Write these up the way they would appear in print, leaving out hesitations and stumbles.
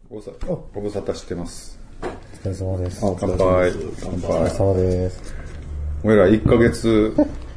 ご無沙汰してます。 お疲れ様です。 乾杯。 お疲れ様です。 俺ら1ヶ月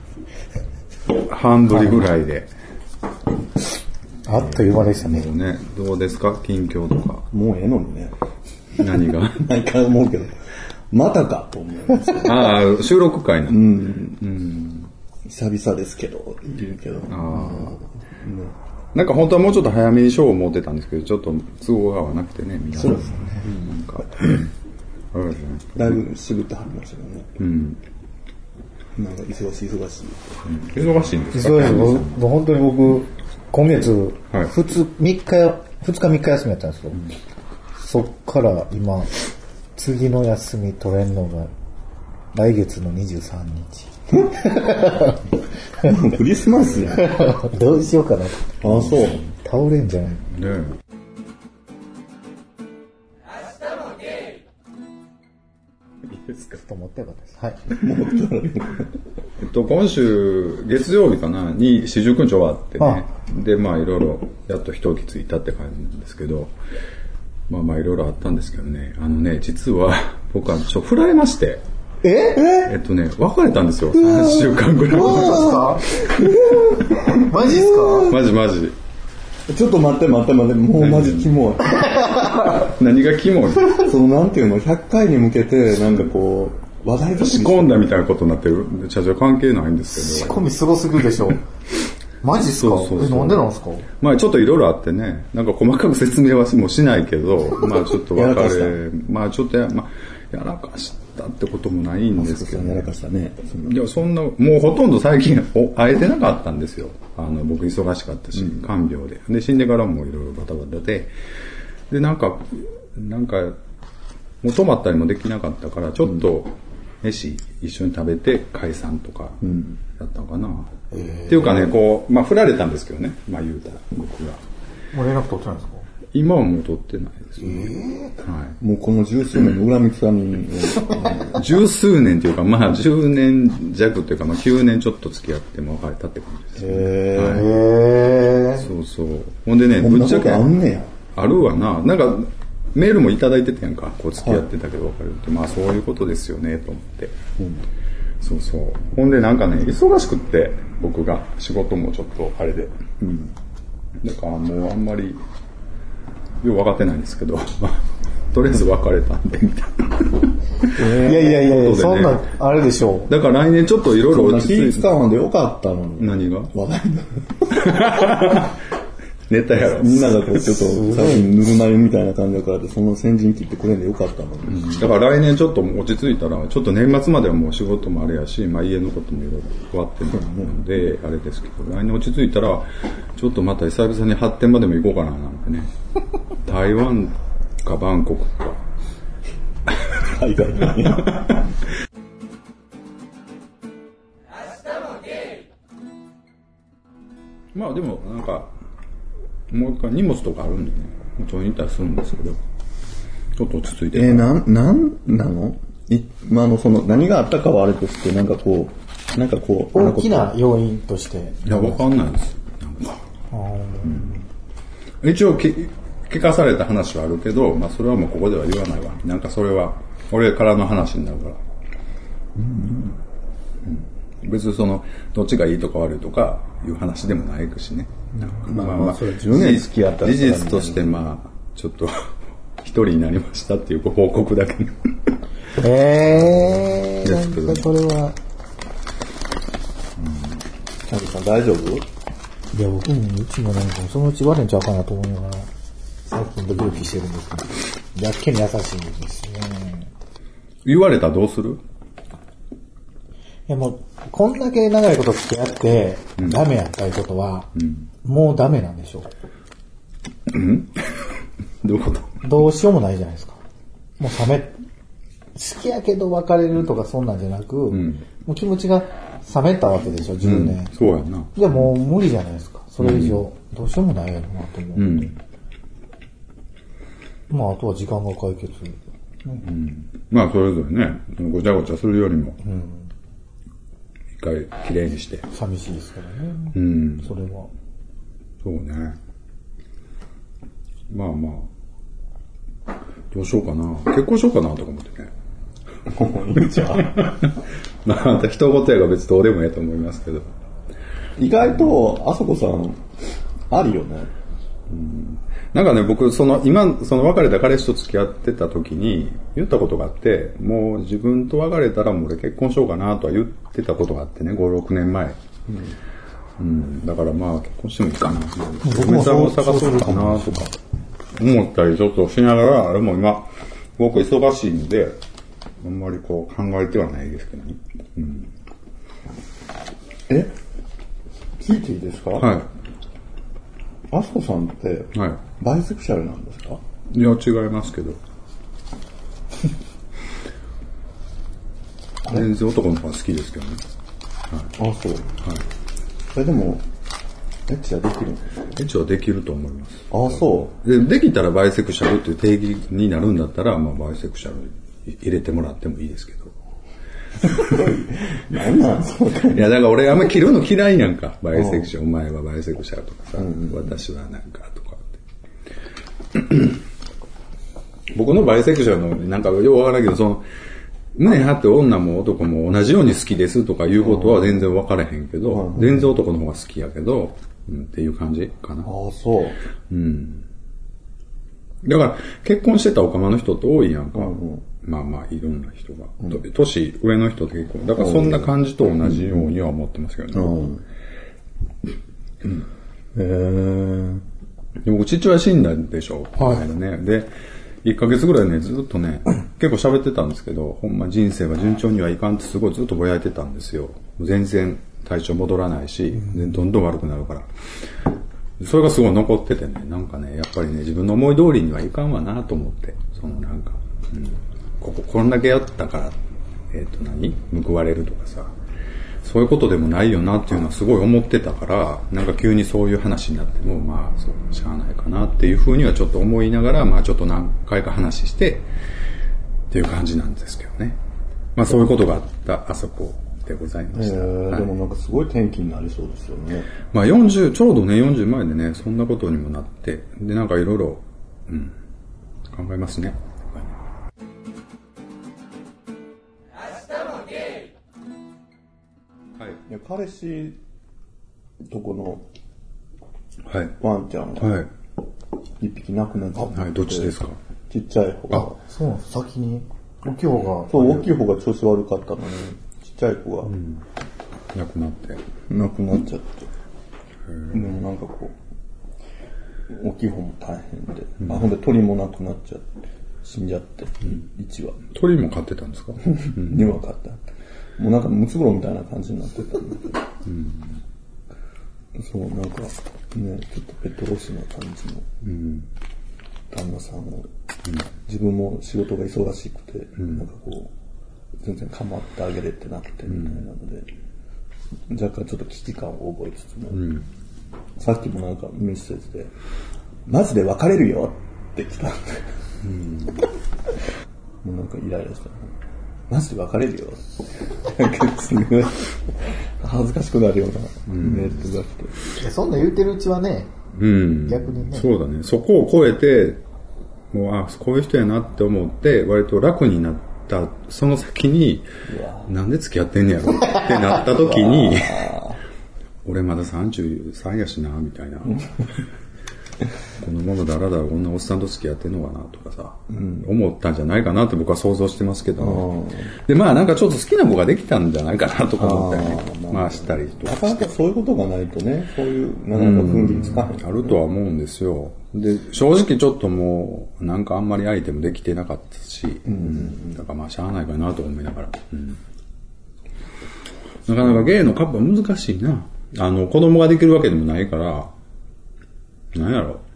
半ぶりぐらいで。 あっという間でしたね。 もうね、どうですか近況とか。 もうええのにね。 何が毎回思うけど、またかと思うんですよ。 ああ、収録会なの。 久々ですけど、言うけど。 なんか本当はもうちょっと早めにショーを持ってたんですけど、ちょっと都合が合わなくてね、みんな。 そうですね。 なんか、あれですね。 だいぶ渋ってはりましたけどね。なんか忙しい。 忙しいんですか？ そうです。もう本当に僕、今月、 はい 2日3日休みやったんですよ。そっから今、次の休み取れんのが、来月の23日。 もうクリスマスやん。 どうしようかな。 あ、そう。 倒れんじゃない？ ねいいですか？ と思ってよかったです。はい。 今週、月曜日かな、に四十九日終わってね。で、まあいろいろ、やっと一息ついたって感じなんですけど、まあいろいろあったんですけどね、実は、僕は振られまして、別れたんですよ、3週間ぐらい。 マジっすか？ マジ。 ちょっと待って、もうマジキモい。 何がキモい？ そのなんていうの、100回に向けて、なんかこう、話題と仕込んだみたいなことになってる。社長関係ないんですけど。 仕込みすごすぎるでしょ。マジっすか？ そうなんでなんですか？ まあちょっといろいろあってね、なんか細かく説明はもうしないけど、まあちょっと別れ、まあちょっとやらかしたってこともないんですけど、 やらかしたね。 いや、そんな、もうほとんど最近会えてなかったんですよ。僕忙しかったし、看病で。で、死んでからもいろいろバタバタで。で、なんか、もう泊まったりもできなかったから、ちょっと、飯一緒に食べて解散とか、だったのかな。っていうかね、振られたんですけどね。まあ言うたら、僕が。 もう連絡取ってないんですか？ 今はもう取ってないですよ、はい。 もうこの十数年の恨みつらみを。 十数年っていうか、まあ10年弱っていうか、まあ9年ちょっと付き合っても別れたって感じです、ね。そう。ほんでね、ぶっちゃけ。 あんねや。 あるわな。なんか、メールもいただいてたやんか。こう付き合ってたけど別れるって。まあそういうことですよね、と思って。そう。ほんでなんかね、忙しくって、僕が仕事もちょっとあれで。だからもうあんまり、よく分かってないんですけど、とりあえず別れたんで、みたいな。 いや、そんな、あれでしょう。 だから来年ちょっといろいろ落ち着いて。気使わんでよかったのに。 何が？ 話題ネタやろ。 みんながこうちょっと最近ぬるま湯みたいな感じだからその先陣切ってくれんでよかったのに。 だから来年ちょっと落ち着いたら、ちょっと年末まではもう仕事もあれやし、まあ家のこともいろいろ終わってるので、あれですけど、来年落ち着いたら、ちょっとまた久々に発展までも行こうかな、なんてね。台湾かバンコクか。 海外に。 まあでもなんか、もう一回荷物とかあるんでね、取りに行ったりするんですけど、ちょっと落ち着いて。 なんなの？まあその何があったかはあれとして、なんかこう大きな要因として。 いや、わかんないです。一応聞かされた話はあるけど、まあそれはもうここでは言わないわ。なんかそれは俺からの話になるから。別にどっちがいいとか悪いとかいう話でもないしね。 まあそれ10年付き合ったら事実としてまあちょっと一人になりましたっていう報告だけ。 なんかそれは。 キャンディさん大丈夫？ いや、僕もいつもなんかそのうち悪いんちゃうかなと思いながら、最近ドキドキしてるんですけど、やっけに優しいんですね。 言われたらどうする？ いやもう、こんだけ長いこと付き合って、ダメやったいうことは、もうダメなんでしょう。 どういうこと？ どうしようもないじゃないですか。もう好きやけど別れるとかそんなんじゃなく、もう気持ちが冷めたわけでしょ、10年。 そうやな。 じゃあもう無理じゃないですか。それ以上、どうしようもないやろなと思う。まああとは時間が解決。 まあそれぞれね、ごちゃごちゃするよりも、一回きれいにして。 寂しいですからね。それは。 そうね。まあまあ。 どうしようかな。結婚しようかなとか思ってね。 もういいんちゃうまた人事やが別どうでもいいと思いますけど。 意外と、あそこさん、ありよね。 なんかね、僕、別れた彼氏と付き合ってた時に言ったことがあって、もう自分と別れたらもう俺結婚しようかなとは言ってたことがあってね、5、6年前。だからまあ結婚してもいいかな。嫁さんを探そうかなとか思ったりちょっとしながら、でも今、僕忙しいので、あんまりこう考えてはないですけどね。 聞いていいですか？ はい。 あそこさんって、 はい。 バイセクシャルなんですか？ いや、違いますけど。全然男の方が好きですけどね。 そう。はい。でも、エッチはできるんですか？ エッチはできると思います。 そできたらバイセクシャルっていう定義になるんだったら、まあバイセクシャル入れてもらってもいいですけど。 なんなんそうか。 いや、だから俺あんまり着るの嫌いやんか。バイセクシャル、お前はバイセクシャルとかさ、私はなんかとかって。僕のバイセクシャルのなんかようわからんけど、胸張って女も男も同じように好きですとかいうことは全然分からへんけど、全然男の方が好きやけど、っていう感じかな。 そう。 だから結婚してたオカマの人って多いやんか。まあまあいろんな人が。年上の人って結構。だからそんな感じと同じようには思ってますけどね。で僕父親死んだでしょ。ね。で、1ヶ月ぐらいね、ずっとね、結構喋ってたんですけど、ほんま人生は順調にはいかんってすごいずっとぼやいてたんですよ。全然体調戻らないし、どんどん悪くなるから。それがすごい残っててね、なんかね、やっぱりね、自分の思い通りにはいかんわなと思って、なんか、こんだけやったから、報われるとかさ、そういうことでもないよなっていうのはすごい思ってたから、なんか急にそういう話になっても、まあ、しゃあないかなっていうふうにはちょっと思いながら、まあちょっと何回か話して、っていう感じなんですけどね。まあそういうことがあったあそこでございました。 でもなんかすごい転機になりそうですよね。 まあちょうどね、40前でね、そんなことにもなって、で、なんかいろいろ、考えますね。 いや彼氏とこのワンちゃんが一匹亡くなっちゃって、 どっちですか？ ちっちゃい方が。 そう、先に大きい方が。 そう、大きい方が調子悪かったのに、ちっちゃい子が亡くなっちゃって。 でもなんかこう、大きい方も大変で、ほんで鳥もなくなっちゃって、死んじゃって、1羽。 鳥も飼ってたんですか ？2羽飼った。もうなんかムツゴロウみたいな感じになってたんだけど、そう、なんかね、ちょっとペットロスな感じの旦那さんを、自分も仕事が忙しくて、なんかこう、全然構ってあげれてなくてみたいなので、若干ちょっと危機感を覚えつつも、さっきもなんかメッセージで、マジで別れるよって来たんで、もうなんかイライラした。マジで別れるよ。なんかすごい恥ずかしくなるようなメールが来て。 そんな言うてるうちはね、逆にね。 そうだね。そこを超えて、もう、こういう人やなって思って、割と楽になった、その先に、なんで付き合ってんねやろってなった時に、俺まだ33やしな、みたいな。このままだらだらこんなおっさんと付き合ってんのかなとかさ、思ったんじゃないかなって僕は想像してますけど、でまあなんかちょっと好きな子ができたんじゃないかなとか思ったりね、まあしたりとかなかなかそういうことがないとね、そういうなかなか雰囲気つかへん、 あるとは思うんですよ。で正直ちょっともうなんかあんまり相手もできてなかったし、だからまあしゃあないかなと思いながら、なかなかゲイのカップは難しいな。子供ができるわけでもないから、なんやろ。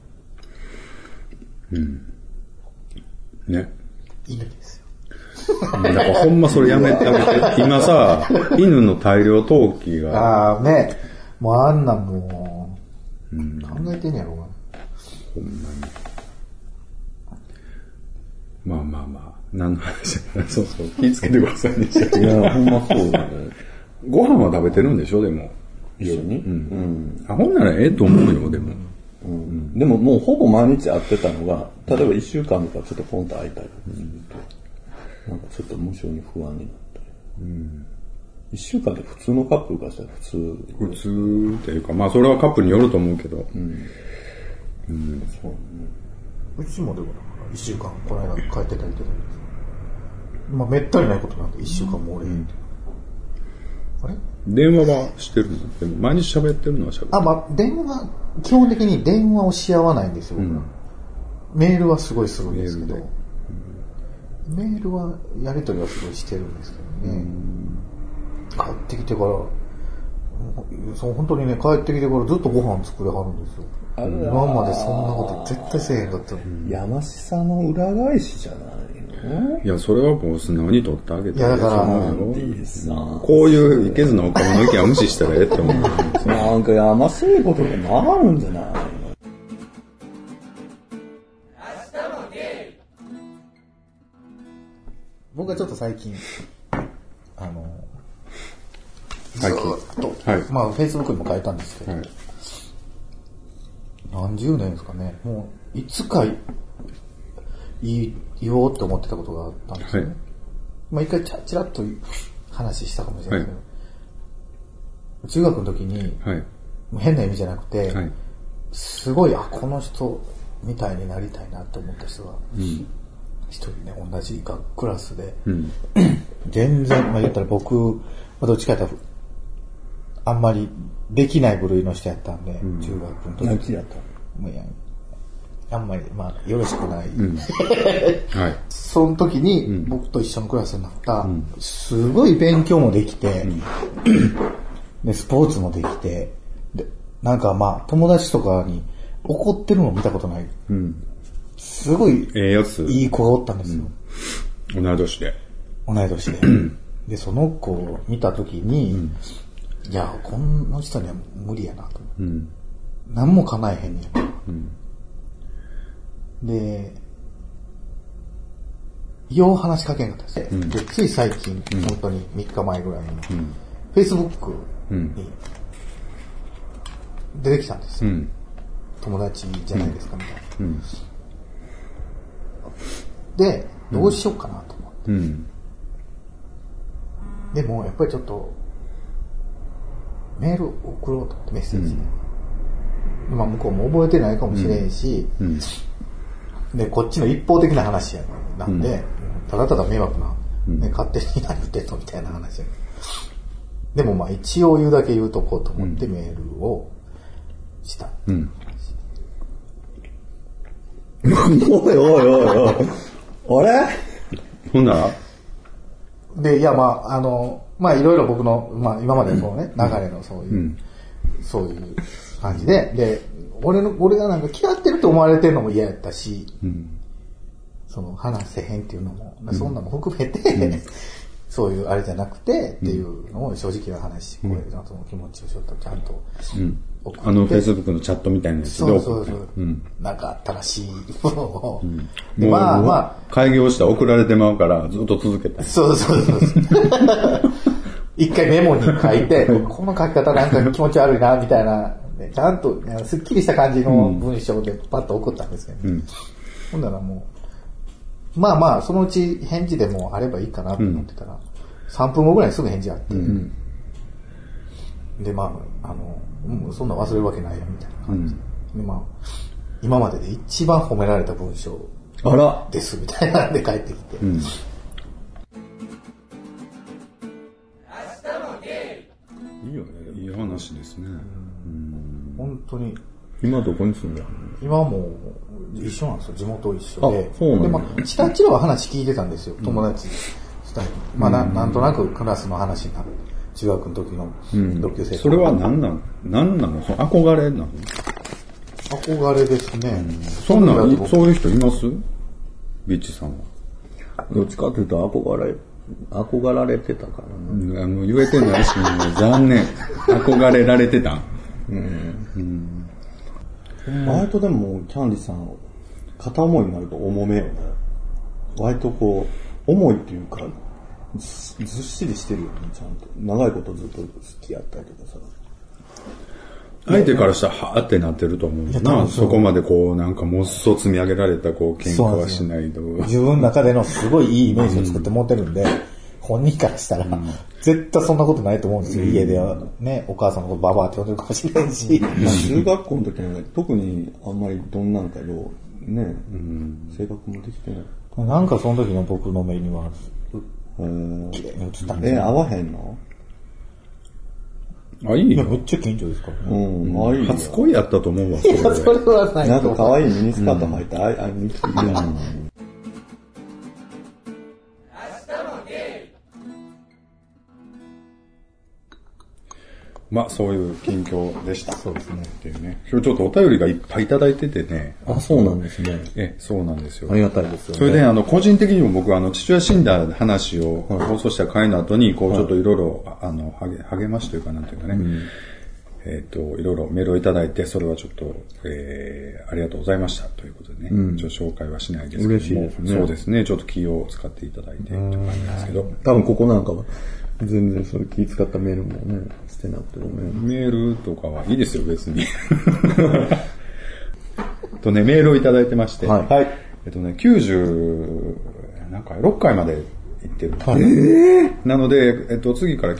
ね。 犬ですよ。 だからほんまそれやめてあげて。今さ、犬の大量投棄が。 ね。もうあんなもう、考えてんやろな。 ほんまに。まあまあまあ、何の話だそうそう、気ぃつけてくださいね。 いや、ほんまそうだね。 ご飯は食べてるんでしょ、でも。 一緒に？ ほんならええと思うよ、でも。 でももうほぼ毎日会ってたのが、例えば1週間とかちょっとポンと会いたりすると、なんかちょっと無性に不安になったり。1週間って普通のカップルからしたら普通っていうか、まあそれはカップルによると思うけど。そうね。 うちもでも1週間、この間帰ってたりとか。まあめったにないことなんで1週間も俺、あれ電話はしてるの？でも毎日喋ってるのは喋ってる。 まあ電話、基本的に電話をし合わないんですよ、僕ら。メールはすごいするんですけど、メールはやり取りはすごいしてるんですけどね。帰ってきてから、本当にね、帰ってきてからずっとご飯作れはるんですよ。今までそんなこと絶対せえへんかったの。 山下さんの裏返しじゃないの？ いや、それはもう素直に取ってあげて。 いや、だから、 こういういけずなお金の意見は無視したらええって思う。 なんかやましいことがなるんじゃない？ 僕はちょっと最近、 ずっと、 まあ、Facebook にも書いたんですけど、何十年ですかね、もう、いつか言おうと思ってたことがあったんですよね。まあ、一回ちらっと話したかもしれないけど、中学の時に、変な意味じゃなくて、すごい、この人みたいになりたいなと思った人が、一人ね、同じクラスで、全然、まあ言ったら僕、どっちかというと、あんまりできない部類の人やったんで、中学の時。 何期やった？ あんまり、まあ、よろしくない。その時に、僕と一緒のクラスになった、すごい勉強もできて、で、スポーツもできて、で、なんかまあ、友達とかに怒ってるのを見たことない。すごい、いい子がおったんですよ。 同い年で。 同い年で。で、その子を見たときに、いや、この人には無理やなと。何も叶えへんねや。で、よう話しかけんかったですね。で、つい最近、本当に3日前ぐらいに、Facebook に出てきたんですよ。友達じゃないですか、みたいな。で、どうしようかなと思って。でも、やっぱりちょっと、メール送ろうと思って、メッセージで。まあ、向こうも覚えてないかもしれんし、で、こっちの一方的な話やなんで、ただただ迷惑な、ね、勝手に何言ってんのみたいな話や。でもまあ、一応言うだけ言うとこうと思ってメールをした。 おいおいおいおい。あれ？ ほんなら？ で、いや、まあ、まあ、いろいろ僕の、まあ、今までのね、流れのそういう感じで、で、俺がなんか嫌ってると思われてるのも嫌やったし、その、話せへんっていうのも、そんなのも含めて、そういうあれじゃなくて、っていうのを正直な話、これのその気持ちをちょっとちゃんと送って。Facebook のチャットみたいなやつで送って。 そう。なんか新しいものを。 まあ、開業したら送られてまうからずっと続けた。 そう。一回メモに書いて、この書き方なんか気持ち悪いな、みたいな、ちゃんとすっきりした感じの文章でパッと送ったんですけど、ほんならもう、まあまあ、そのうち返事でもあればいいかなと思ってたら、3分後ぐらいにすぐ返事あって、で、まあ、そんな忘れるわけないよ、みたいな感じで、まあ、今までで一番褒められた文章です、みたいなんで帰ってきて。 いいよね。いい話ですね。 本当に。 今どこに住んだの？ 今も一緒なんですよ。地元一緒で。 そうなんだ。 で、まあ、チラチラは話聞いてたんですよ。友達したり。まあ、なんとなくクラスの話になる。中学の時の同級生。 それは何なの？憧れなの？ 憧れですね。 そういう人います？ビッチさんは。 どっちかというと憧られてたからな。言えてないし、残念。憧れられてた。 割とでも、キャンディさん、片思いになると重めよね。割とこう、重いっていうか、ずっしりしてるよね、ちゃんと。長いことずっと好きやったりとかさ。 相手からしたらはーってなってると思うな。そこまでこうなんかもっそ積み上げられたこう喧嘩はしないと。 自分の中でのすごいいいイメージを作って持ってるんで、本人からしたら、絶対そんなことないと思うんですよ。家ではね、お母さんのことババアって呼んでるかもしれないし。 中学校の時なんか特にあんまりどんなんかよう、ね、性格もできてない。 なんかその時の僕の目には、綺麗に映ったんですよ。 合わへんの？ あ、いいよ。 いや、めっちゃ緊張ですからね。 いい。 初恋やったと思うわ。 いや、それはない。 なんか可愛いミニスカート履いて、あいにくいな。 まあ、そういう近況でした。 そうですね。 っていうね。今日ちょっとお便りがいっぱいいただいててね。 あ、そうなんですね。 そうなんですよ。 ありがたいですよね。 それで、個人的にも僕父親死んだ話を放送した回の後に、こう、ちょっといろいろ、励ましというかなんていうかね、いろいろメールをいただいて、それはちょっと、ありがとうございましたということでね、ちょっと紹介はしないですけども、 嬉しいですね。 そうですね、ちょっと気を使っていただいてという感じですけど。 多分ここなんかは、全然そういう気使ったメールもね、してなくてごめん。 メールとかはいいですよ、別に。とね、メールをいただいてまして、 はい。 96回まで行ってる。なので、次から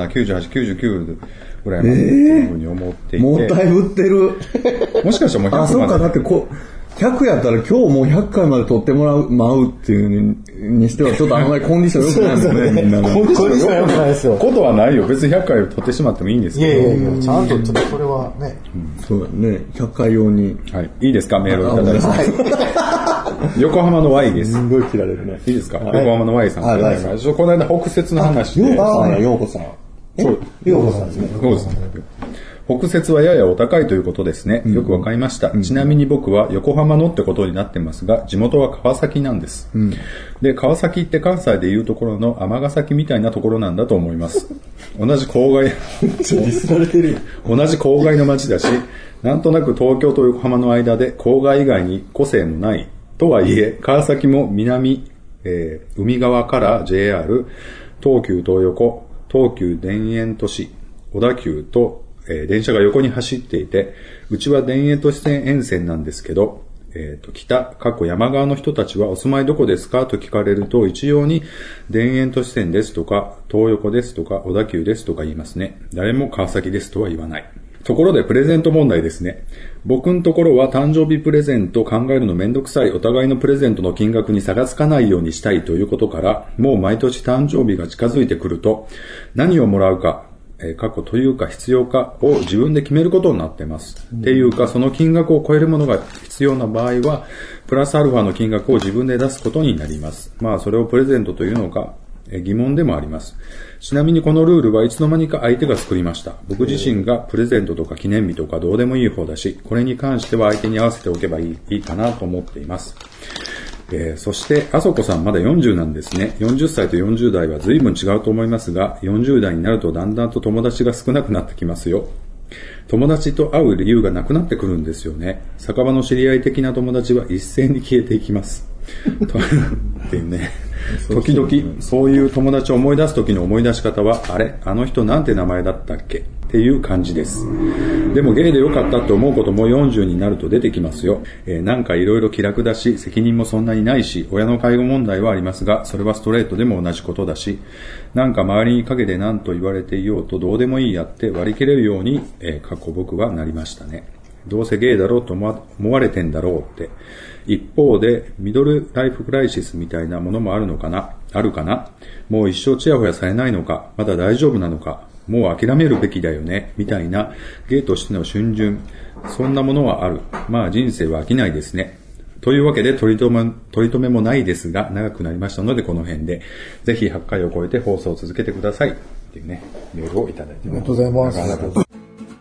97、98、99ぐらいまでというふうに思っていて。 もったいぶってる。 もしかしたらもう100まで。 あ、そうか、だって100やったら今日もう100回まで撮ってもらうっていうにしてはちょっとあんまりコンディション良くないもんね、みんなが。 コンディション良くないですよ。 ことはないよ。別に100回撮ってしまってもいいんですけど。 いや、ちゃんとちょっとそれはね。 そうだね、100回用に。 はい。いいですか、メールをいただいて。横浜の Y です。 すんごい切られるね。 いいですか、横浜の Y さん。この間北節の話で。 ようこさん。 そう。 ようこさんですね。 そうですね。北節はややお高いということですね。よくわかりました。ちなみに僕は横浜のってことになってますが、地元は川崎なんです。で、川崎って関西でいうところの尼崎みたいなところなんだと思います。同じ郊外、同じ郊外の町だし、なんとなく東京と横浜の間で郊外以外に個性のない。とはいえ、川崎も南、海側から JR、東急東横、東急田園都市、小田急と、電車が横に走っていて、うちは田園都市線沿線なんですけど、北、山側の人たちはお住まいどこですかと聞かれると、一様に田園都市線ですとか、東横ですとか、小田急ですとか言いますね。誰も川崎ですとは言わない。ところでプレゼント問題ですね。僕のところは誕生日プレゼント考えるのめんどくさい、お互いのプレゼントの金額に差がつかないようにしたいということから、もう毎年誕生日が近づいてくると、何をもらうか、というか必要かを自分で決めることになっています。っていうか、その金額を超えるものが必要な場合は、プラスアルファの金額を自分で出すことになります。まあ、それをプレゼントというのか、疑問でもあります。ちなみにこのルールはいつの間にか相手が作りました。僕自身がプレゼントとか記念日とかどうでもいい方だし、これに関しては相手に合わせておけばいいかなと思っています。そして、あそこさんまだ40なんですね。40歳と40代は随分違うと思いますが、40代になるとだんだんと友達が少なくなってきますよ。友達と会う理由がなくなってくるんですよね。酒場の知り合い的な友達は一斉に消えていきます。っていうね。時々、そういう友達を思い出す時の思い出し方は、あれ？あの人なんて名前だったっけ？っていう感じです。でもゲイでよかったって思うことも40になると出てきますよ。なんかいろいろ気楽だし、責任もそんなにないし、親の介護問題はありますが、それはストレートでも同じことだし、なんか周りに陰で何と言われていようとどうでもいいやって割り切れるように、僕はなりましたね。どうせゲイだろうと思われてんだろうって。一方で、ミドルライフクライシスみたいなものもあるかなもう一生チヤホヤされないのかまだ大丈夫なのかもう諦めるべきだよねみたいなゲイとしての逡巡。そんなものはある。まあ人生は飽きないですね。というわけで取り留めもないですが、長くなりましたのでこの辺で、ぜひ100回を超えて放送を続けてください。っていうね、メールをいただいてます。 ありがとうございます。ありがとうございます。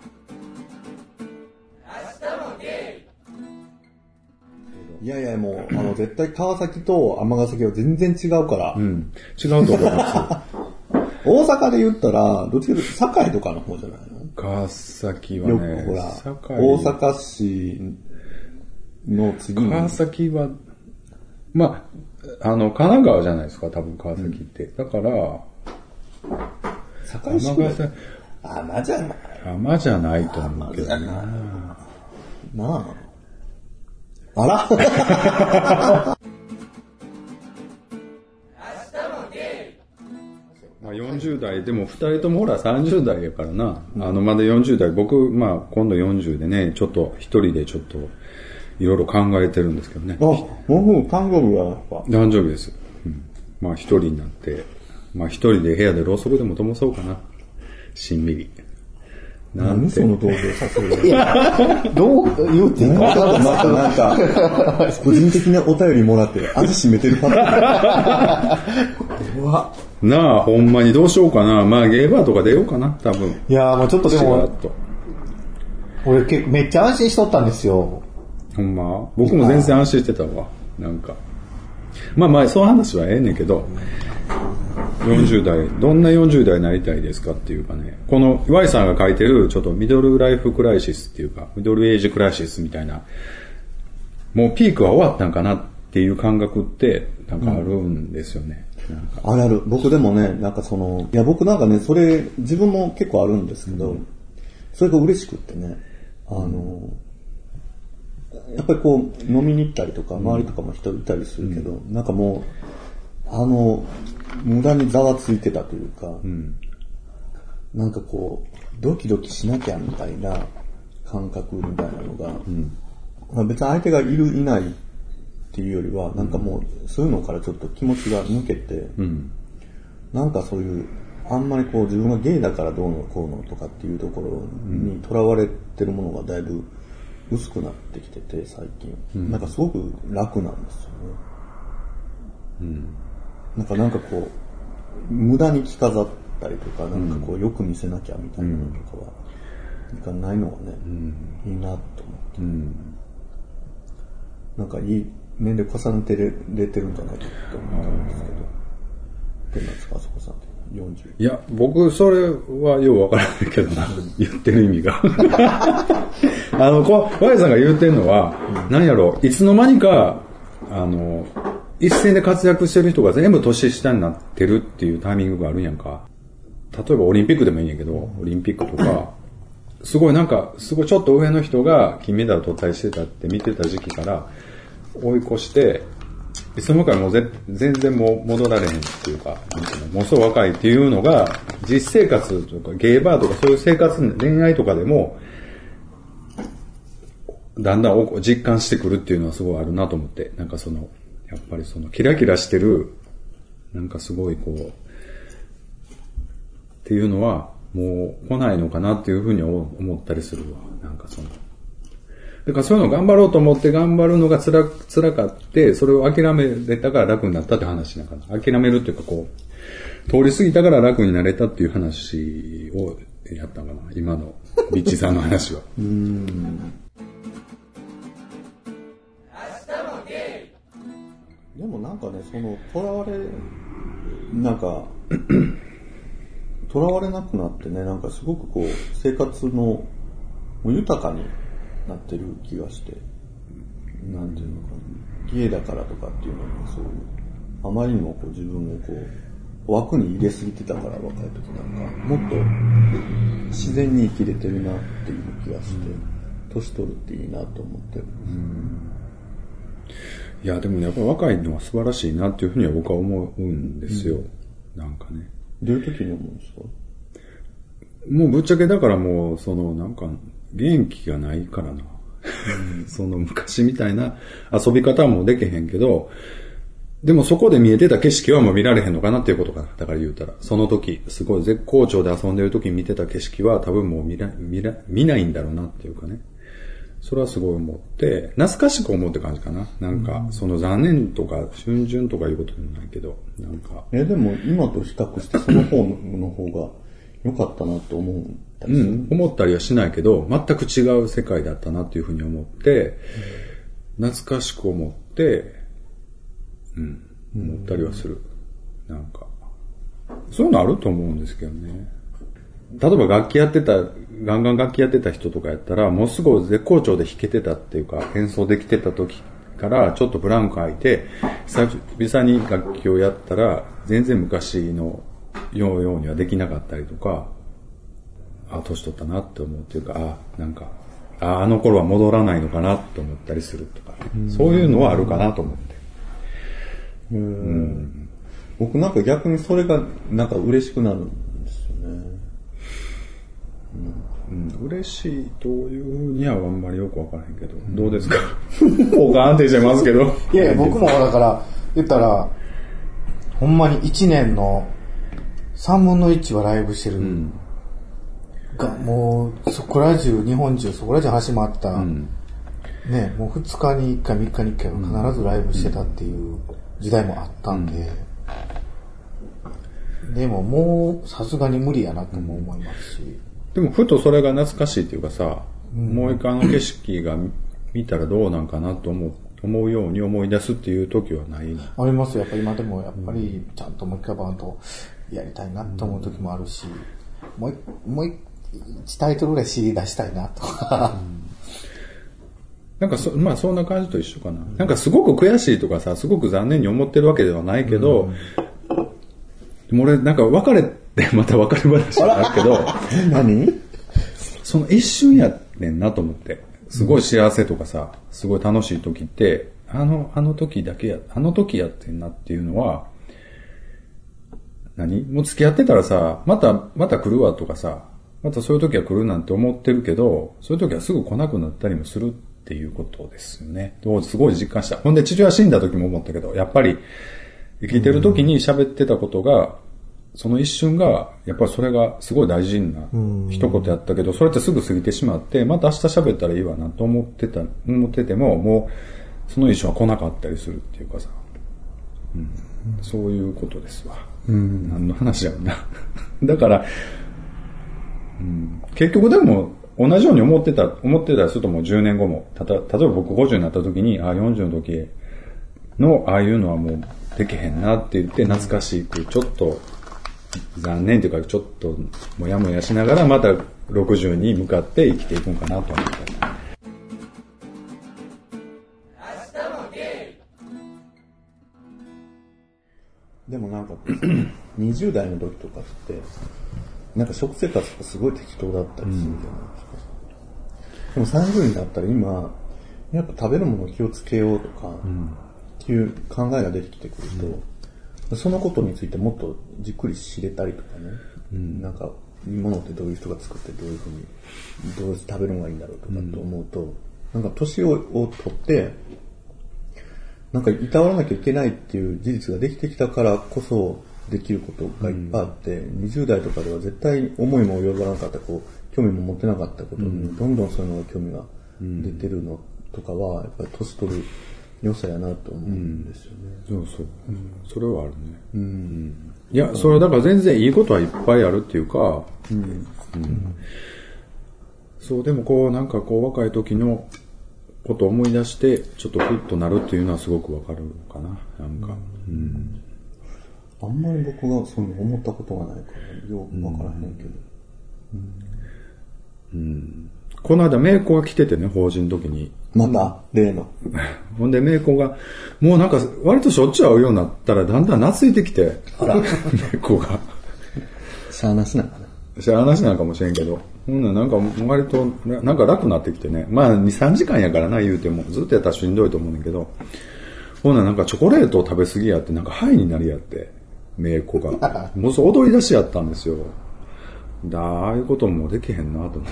いやいや、もう、絶対川崎と尼崎は全然違うから。 うん。違うと思います。 大阪で言ったら、どっちかというと堺とかの方じゃないの？ 川崎はね、 よくほら、大阪市の次に。 川崎は、まあ、神奈川じゃないですか、多分川崎って。だから、 堺市甘じゃない。 甘じゃないと思うけどね。 なあ。あらまあ40代、でも2人ともほら30代やからな。まだ40代、僕、まあ今度40でね、ちょっと一人でちょっといろいろ考えてるんですけどね。 あ、僕、誕生日はやっぱ。 誕生日です。まあ一人になって、まあ一人で部屋でろうそくでも灯そうかな。しんみり。 何その同情させる。 いや、どう言うていいか分かんない。 なんか、個人的なお便りもらって味しめてるパターン。うわ。 なあ、ほんまにどうしようかな。まあゲーバーとか出ようかな、多分。 いやーもうちょっとでも、 と俺めっちゃ安心しとったんですよ。 ほんま僕も全然安心してたわ。なんか。まあまあ、そういう話はええねんけど、40代、どんな40代になりたいですかっていうかね、この Y さんが書いてるちょっとミドルライフクライシスっていうか、ミドルエイジクライシスみたいな、もうピークは終わったんかなっていう感覚ってなんかあるんですよね。なんかある。僕でもね、なんかいや僕なんかね、それ自分も結構あるんですけど、それが嬉しくってね、やっぱりこう飲みに行ったりとか、周りとかも人いたりするけど、なんかもう、無駄にざわついてたというか、なんかこう、ドキドキしなきゃみたいな感覚みたいなのが、まあ、別に相手がいるいないっていうよりは、なんかもうそういうのからちょっと気持ちが抜けて、なんかそういう、あんまりこう自分がゲイだからどうのこうのとかっていうところにとらわれてるものがだいぶ薄くなってきてて最近、なんかすごく楽なんですよね。なんかこう無駄に着飾ったりとか、なんかこうよく見せなきゃみたいなのとかは、なんかないのがね、いいなと思って、なんかいい年齢重ねてれてるんじゃないかと思ったんですけど、どうなんですかあそこさんって。40。 いや、僕、それはようわからないけどな、言ってる意味が。Y さんが言ってるのは、何やろ、いつの間にか、一線で活躍してる人が全部年下になってるっていうタイミングがあるんやんか。例えばオリンピックでもいいんやけど、オリンピックとか、すごいちょっと上の人が金メダル取ったりしてたって見てた時期から追い越して、いつの間にかもう全然もう戻られへんっていうか、もうそう若いっていうのが、実生活とかゲーバーとかそういう生活、恋愛とかでも、だんだん実感してくるっていうのはすごいあるなと思って、なんかやっぱりキラキラしてる、なんかすごいこう、っていうのは、もう来ないのかなっていうふうに思ったりするわ。なんかだからそういうのを頑張ろうと思って頑張るのが辛かって、それを諦めれたから楽になったって話なんかな。諦めるっていうかこう、通り過ぎたから楽になれたっていう話をやったかな。今のビッチさんの話は。 でもなんかね、囚われなくなってね、なんかすごくこう、生活のもう豊かになってる気がして、なんていうのかな、ゲイだからとかっていうのもそういう、あまりにもこう自分をこう、枠に入れすぎてたから若い時なんか、もっと自然に生きれてるなっていう気がして、年取るっていいなと思ってる。 いや、でもやっぱり若いのは素晴らしいなっていうふうには僕は思うんですよ。なんかね。 どういう時に思うんですか？ もうぶっちゃけだからもう、なんか、元気がないからな。昔みたいな遊び方もできへんけど、でもそこで見えてた景色はもう見られへんのかなっていうことかな。だから言うたら。その時、すごい絶好調で遊んでる時に見てた景色は多分もう見ないんだろうなっていうかね。それはすごい思って、懐かしく思うって感じかな。なんか、残念とか、春巡とかいうことでもないけど、なんか。 でも今と比較してその方の方が良かったなと思ったりする。 思ったりはしないけど、全く違う世界だったなっていうふうに思って、懐かしく思って、思ったりはする。なんか、そういうのあると思うんですけどね。例えばガンガン楽器やってた人とかやったら、もうすぐ絶好調で弾けてたっていうか、演奏できてた時からちょっとブランク空いて、久々に楽器をやったら、全然昔のようにはできなかったりとか、 年取ったなって思うっていうか、なんか、あの頃は戻らないのかなって思ったりするとか、そういうのはあるかなと思って。 僕なんか逆にそれがなんか嬉しくなるんですよね。 嬉しいというふうにはあんまりよくわからへんけど、どうですか？ポカーンってしてますけど。 いやいや、僕もだから言ったら、ほんまに1年の3分の1はライブしてる。がもうそこら中、日本中そこら中始まった、ね、もう2日に1回3日に1回は必ずライブしてたっていう時代もあったんで、でももうさすがに無理やなとも思いますし、 でもふとそれが懐かしいっていうかさ、もう一回景色が見たらどうなんかなと思うように思い出すっていう時はないの？ ありますよ。やっぱり今でもやっぱりちゃんともう一回バンとやりたいなと思う時もあるし、もう1タイトルぐらい CD 出したいなとか、 なんかまあそんな感じと一緒かな。なんかすごく悔しいとかさ、すごく残念に思ってるわけではないけど、でも俺なんか別れてまた別れ話があるけど、 何？ その一瞬やねんなと思って、すごい幸せとかさ、すごい楽しい時って、あの時だけあの時やってんなっていうのは、もう付き合ってたらさ、また来るわとかさ、またそういう時は来るなんて思ってるけど、そういう時はすぐ来なくなったりもするっていうことですよね。すごい実感した。ほんで父親死んだ時も思ったけど、やっぱり生きてる時に喋ってたことが、その一瞬が、やっぱりそれがすごい大事な一言やったけど、それってすぐ過ぎてしまって、また明日喋ったらいいわなと思ってても、もうその一瞬は来なかったりするっていうかさ、そういうことですわ。何の話やろな。だから、結局でも同じように思ってたりするともう10年後も、例えば僕50になった時に、40の時のああいうのはもうできへんなって言って懐かしく、ちょっと残念というかちょっともやもやしながらまた60に向かって生きていくんかなと思って。 でもなんか20代の時とかってなんか食生活がすごい適当だったりするじゃないですか。でも30になったら今やっぱ食べるものを気をつけようとかっていう考えが出てきてくると、そのことについてもっとじっくり知れたりとかね、なんかいいものってどういう人が作ってどういうふうにどう食べるのがいいんだろうとかと思うと、なんか年を取ってなんかいたわらなきゃいけないっていう事実ができてきたからこそできることがいっぱいあって、20代とかでは絶対思いも及ばなかった興味も持ってなかったことにどんどんそういうのが興味が出てるのとかはやっぱり年取る良さやなと思うんですよね。 そうそう、それはあるね。いや、それはだから全然いいことはいっぱいあるっていうか、そう、でもこうなんかこう若い時のことを思い出してちょっとフッとなるっていうのはすごくわかるかな。なんか、 あんまり僕がそういうの思ったことがないからよくわからへんけど。 この間メイコが来ててね、法人の時に。 また例の。 ほんでメイコがもうなんか割としょっちゅう会うようになったらだんだん懐いてきて、メイコが。 しゃあなしなんかな。 しゃあなしなんかもしれんけど、なんか割となんか楽になってきてね。まあ2、3時間やからな言うてもずっとやったらしんどいと思うねんけど、ほんななんかチョコレートを食べ過ぎやってなんかハイになりやって、メイコが。もうそう踊り出しやったんですよ。ああいうこともできへんなと思って。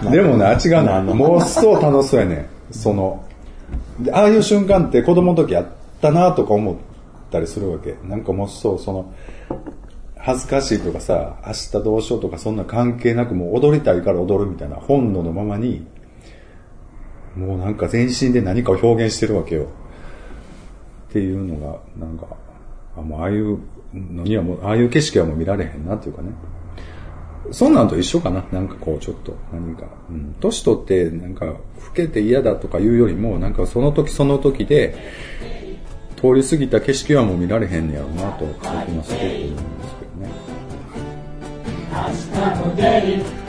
でもね、違うな。もうそう楽しそうやね。ああいう瞬間って子供の時あったなとか思ったりするわけ。なんかもう恥ずかしいとかさ、明日どうしようとかそんな関係なくもう踊りたいから踊るみたいな本能のままに、もうなんか全身で何かを表現してるわけよ。っていうのが、なんか、もうああいうのにはもう、ああいう景色はもう見られへんなっていうかね。そんなんと一緒かな。なんかこうちょっと何か、年取ってなんか老けて嫌だとかいうよりも、なんかその時その時で通り過ぎた景色はもう見られへんねやろうなと僕もすごく思うんですけどね。明日も出る